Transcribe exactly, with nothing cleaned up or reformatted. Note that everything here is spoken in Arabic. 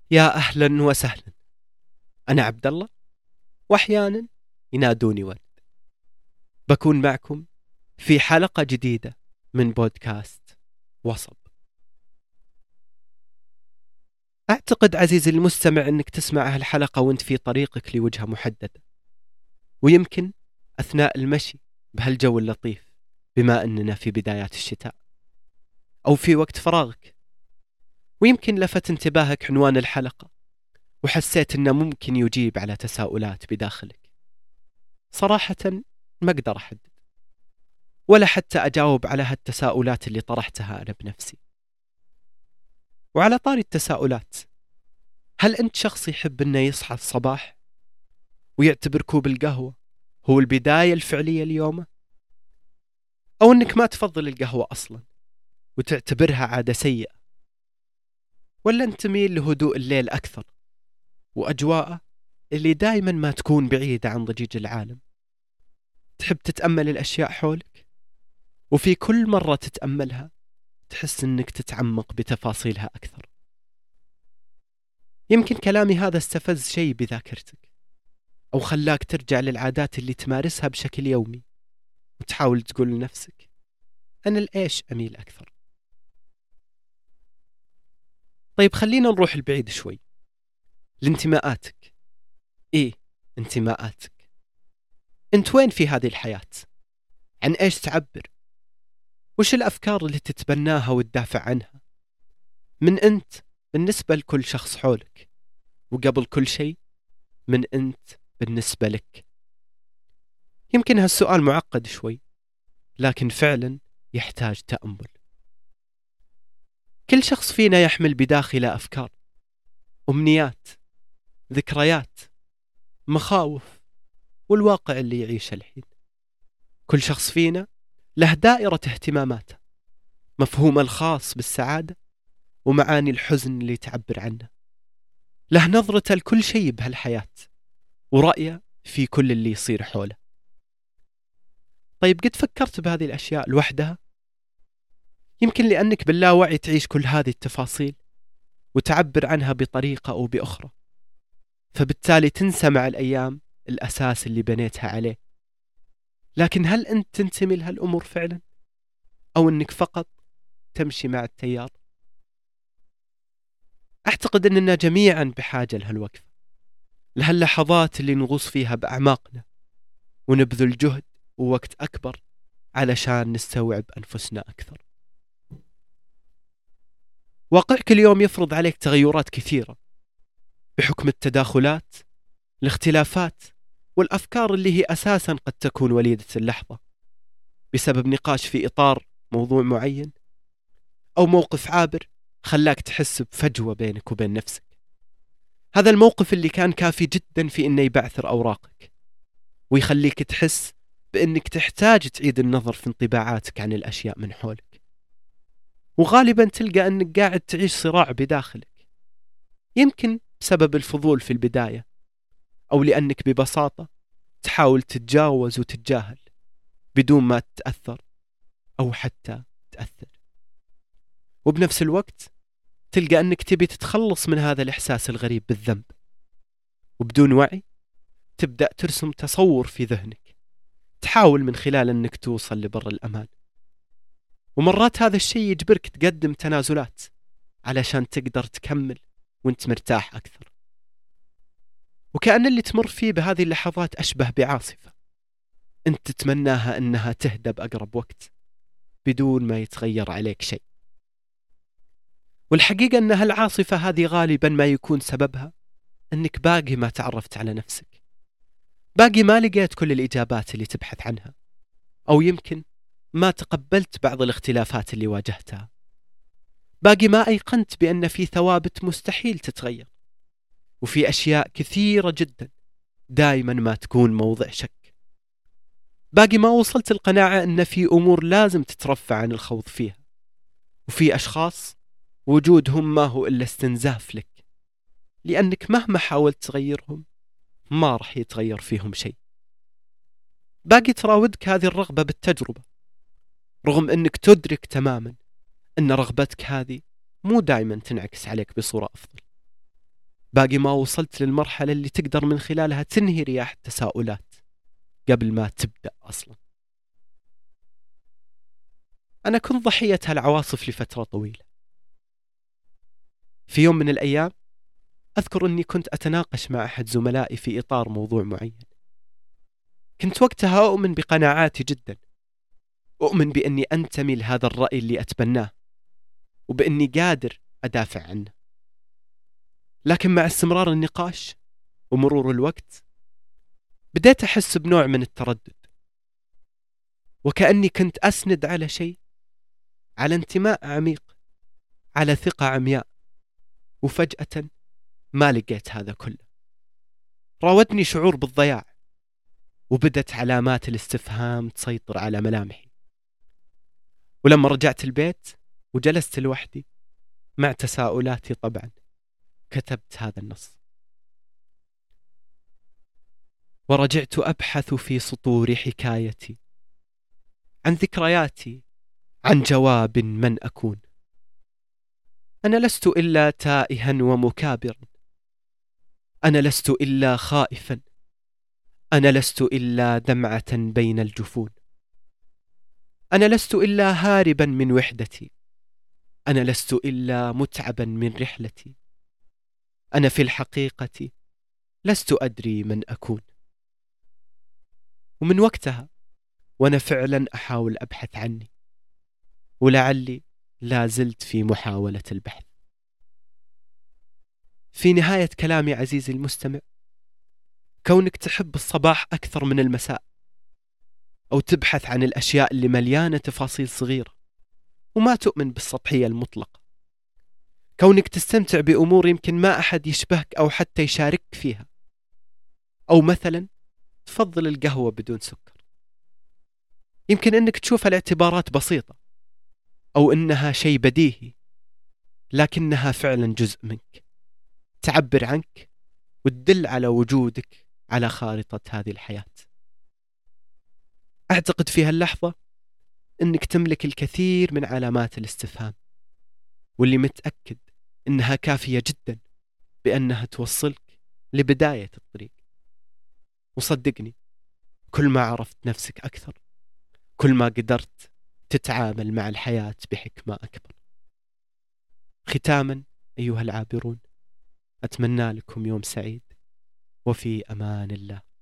يا أهلا وسهلا. أنا عبد الله، وأحيانا ينادوني ولد. بكون معكم في حلقة جديدة من بودكاست وصب. أعتقد عزيزي المستمع أنك تسمع هالحلقة وانت في طريقك لوجهة محددة، ويمكن أثناء المشي بهالجو اللطيف بما أننا في بدايات الشتاء، أو في وقت فراغك. ويمكن لفت انتباهك عنوان الحلقة وحسيت أنه ممكن يجيب على تساؤلات بداخلك. صراحة ما أقدر أحدد ولا حتى أجاوب على هالتساؤلات اللي طرحتها أنا بنفسي. وعلى طاري التساؤلات، هل أنت شخص يحب أنه يصحى الصباح ويعتبر كوب القهوة هو البداية الفعلية ليومه، أو أنك ما تفضل القهوة أصلا وتعتبرها عادة سيئة؟ ولا أنت تميل لهدوء الليل أكثر وأجواءه اللي دايما ما تكون بعيدة عن ضجيج العالم؟ تحب تتأمل الأشياء حولك، وفي كل مرة تتأملها تحس أنك تتعمق بتفاصيلها أكثر. يمكن كلامي هذا استفز شيء بذاكرتك، أو خلاك ترجع للعادات اللي تمارسها بشكل يومي وتحاول تقول لنفسك أنا الإيش أميل أكثر. طيب خلينا نروح البعيد شوي، لانتماءاتك. إيه، انتماءاتك. أنت وين في هذه الحياة؟ عن إيش تعبر؟ وش الأفكار اللي تتبناها وتدافع عنها؟ من أنت بالنسبة لكل شخص حولك، وقبل كل شيء من أنت بالنسبة لك. يمكن هالسؤال معقد شوي، لكن فعلا يحتاج تأمل. كل شخص فينا يحمل بداخله أفكار، أمنيات، ذكريات، مخاوف، والواقع اللي يعيشه الحين. كل شخص فينا له دائرة اهتماماته، مفهومه الخاص بالسعادة ومعاني الحزن اللي تعبر عنه، له نظرته لكل شيء بهالحياة ورأيه في كل اللي يصير حوله. طيب قد فكرت بهذه الأشياء لوحدها؟ يمكن لأنك باللاوعي تعيش كل هذه التفاصيل وتعبر عنها بطريقة أو بأخرى، فبالتالي تنسى مع الأيام الأساس اللي بنيتها عليه. لكن هل أنت تنتمي لهالأمور فعلا، أو أنك فقط تمشي مع التيار؟ أعتقد أننا جميعا بحاجة لهالوقفة، لهاللحظات اللي نغوص فيها بأعماقنا ونبذل جهد ووقت أكبر علشان نستوعب أنفسنا أكثر. واقعك اليوم يفرض عليك تغيرات كثيرة بحكم التداخلات، الاختلافات، والأفكار اللي هي أساسا قد تكون وليدة اللحظة بسبب نقاش في إطار موضوع معين، أو موقف عابر خلاك تحس بفجوة بينك وبين نفسك. هذا الموقف اللي كان كافي جدا في إنه يبعثر أوراقك ويخليك تحس بأنك تحتاج تعيد النظر في انطباعاتك عن الأشياء من حولك. وغالبا تلقى أنك قاعد تعيش صراع بداخلك، يمكن بسبب الفضول في البداية، أو لأنك ببساطة تحاول تتجاوز وتتجاهل بدون ما تتأثر أو حتى تأثر. وبنفس الوقت تلقى أنك تبي تتخلص من هذا الإحساس الغريب بالذنب، وبدون وعي تبدأ ترسم تصور في ذهنك تحاول من خلال أنك توصل لبر الأمان. ومرات هذا الشيء يجبرك تقدم تنازلات علشان تقدر تكمل وانت مرتاح أكثر. وكأن اللي تمر فيه بهذه اللحظات أشبه بعاصفة أنت تتمناها أنها تهدى بأقرب وقت بدون ما يتغير عليك شيء. والحقيقة أن هالعاصفة هذه غالبا ما يكون سببها أنك باقي ما تعرفت على نفسك، باقي ما لقيت كل الإجابات اللي تبحث عنها، أو يمكن ما تقبلت بعض الاختلافات اللي واجهتها، باقي ما أيقنت بأن في ثوابت مستحيل تتغير، وفي أشياء كثيرة جدا دائما ما تكون موضع شك، باقي ما وصلت القناعة أن في أمور لازم تترفع عن الخوض فيها، وفي أشخاص وجودهم ما هو إلا استنزاف لك، لأنك مهما حاولت تغيرهم ما رح يتغير فيهم شيء. باقي تراودك هذه الرغبة بالتجربة، رغم أنك تدرك تماما أن رغبتك هذه مو دائما تنعكس عليك بصورة أفضل. باقي ما وصلت للمرحلة اللي تقدر من خلالها تنهي رياح التساؤلات قبل ما تبدأ أصلا. أنا كنت ضحية هالعواصف لفترة طويلة. في يوم من الأيام أذكر أني كنت أتناقش مع أحد زملائي في إطار موضوع معين. كنت وقتها أؤمن بقناعاتي جدا، أؤمن بأني أنتمي لهذا الرأي اللي أتبناه، وبأني قادر أدافع عنه. لكن مع استمرار النقاش ومرور الوقت بديت أحس بنوع من التردد، وكأني كنت أسند على شيء، على انتماء عميق، على ثقة عمياء، وفجأة ما لقيت هذا كله. راودني شعور بالضياع، وبدت علامات الاستفهام تسيطر على ملامحي. ولما رجعت البيت وجلست لوحدي مع تساؤلاتي طبعا، كتبت هذا النص. ورجعت أبحث في سطور حكايتي عن ذكرياتي، عن جواب من أكون. أنا لست إلا تائها ومكابرا، أنا لست إلا خائفا، أنا لست إلا دمعة بين الجفون، أنا لست إلا هاربا من وحدتي، أنا لست إلا متعبا من رحلتي، أنا في الحقيقة لست أدري من أكون. ومن وقتها وأنا فعلا أحاول أبحث عني، ولعلي لا زلت في محاولة البحث. في نهاية كلامي عزيزي المستمع، كونك تحب الصباح أكثر من المساء، أو تبحث عن الأشياء اللي مليانة تفاصيل صغيرة وما تؤمن بالسطحية المطلقة، كونك تستمتع بأمور يمكن ما أحد يشبهك أو حتى يشارك فيها، أو مثلا تفضل القهوة بدون سكر، يمكن أنك تشوف الاعتبارات بسيطة أو أنها شيء بديهي، لكنها فعلا جزء منك، تعبر عنك وتدل على وجودك على خارطة هذه الحياة. أعتقد في هاللحظة أنك تملك الكثير من علامات الاستفهام، واللي متأكد أنها كافية جدا بأنها توصلك لبداية الطريق. وصدقني، كل ما عرفت نفسك أكثر، كل ما قدرت تتعامل مع الحياة بحكمة أكبر. ختاما أيها العابرون، أتمنى لكم يوم سعيد، وفي أمان الله.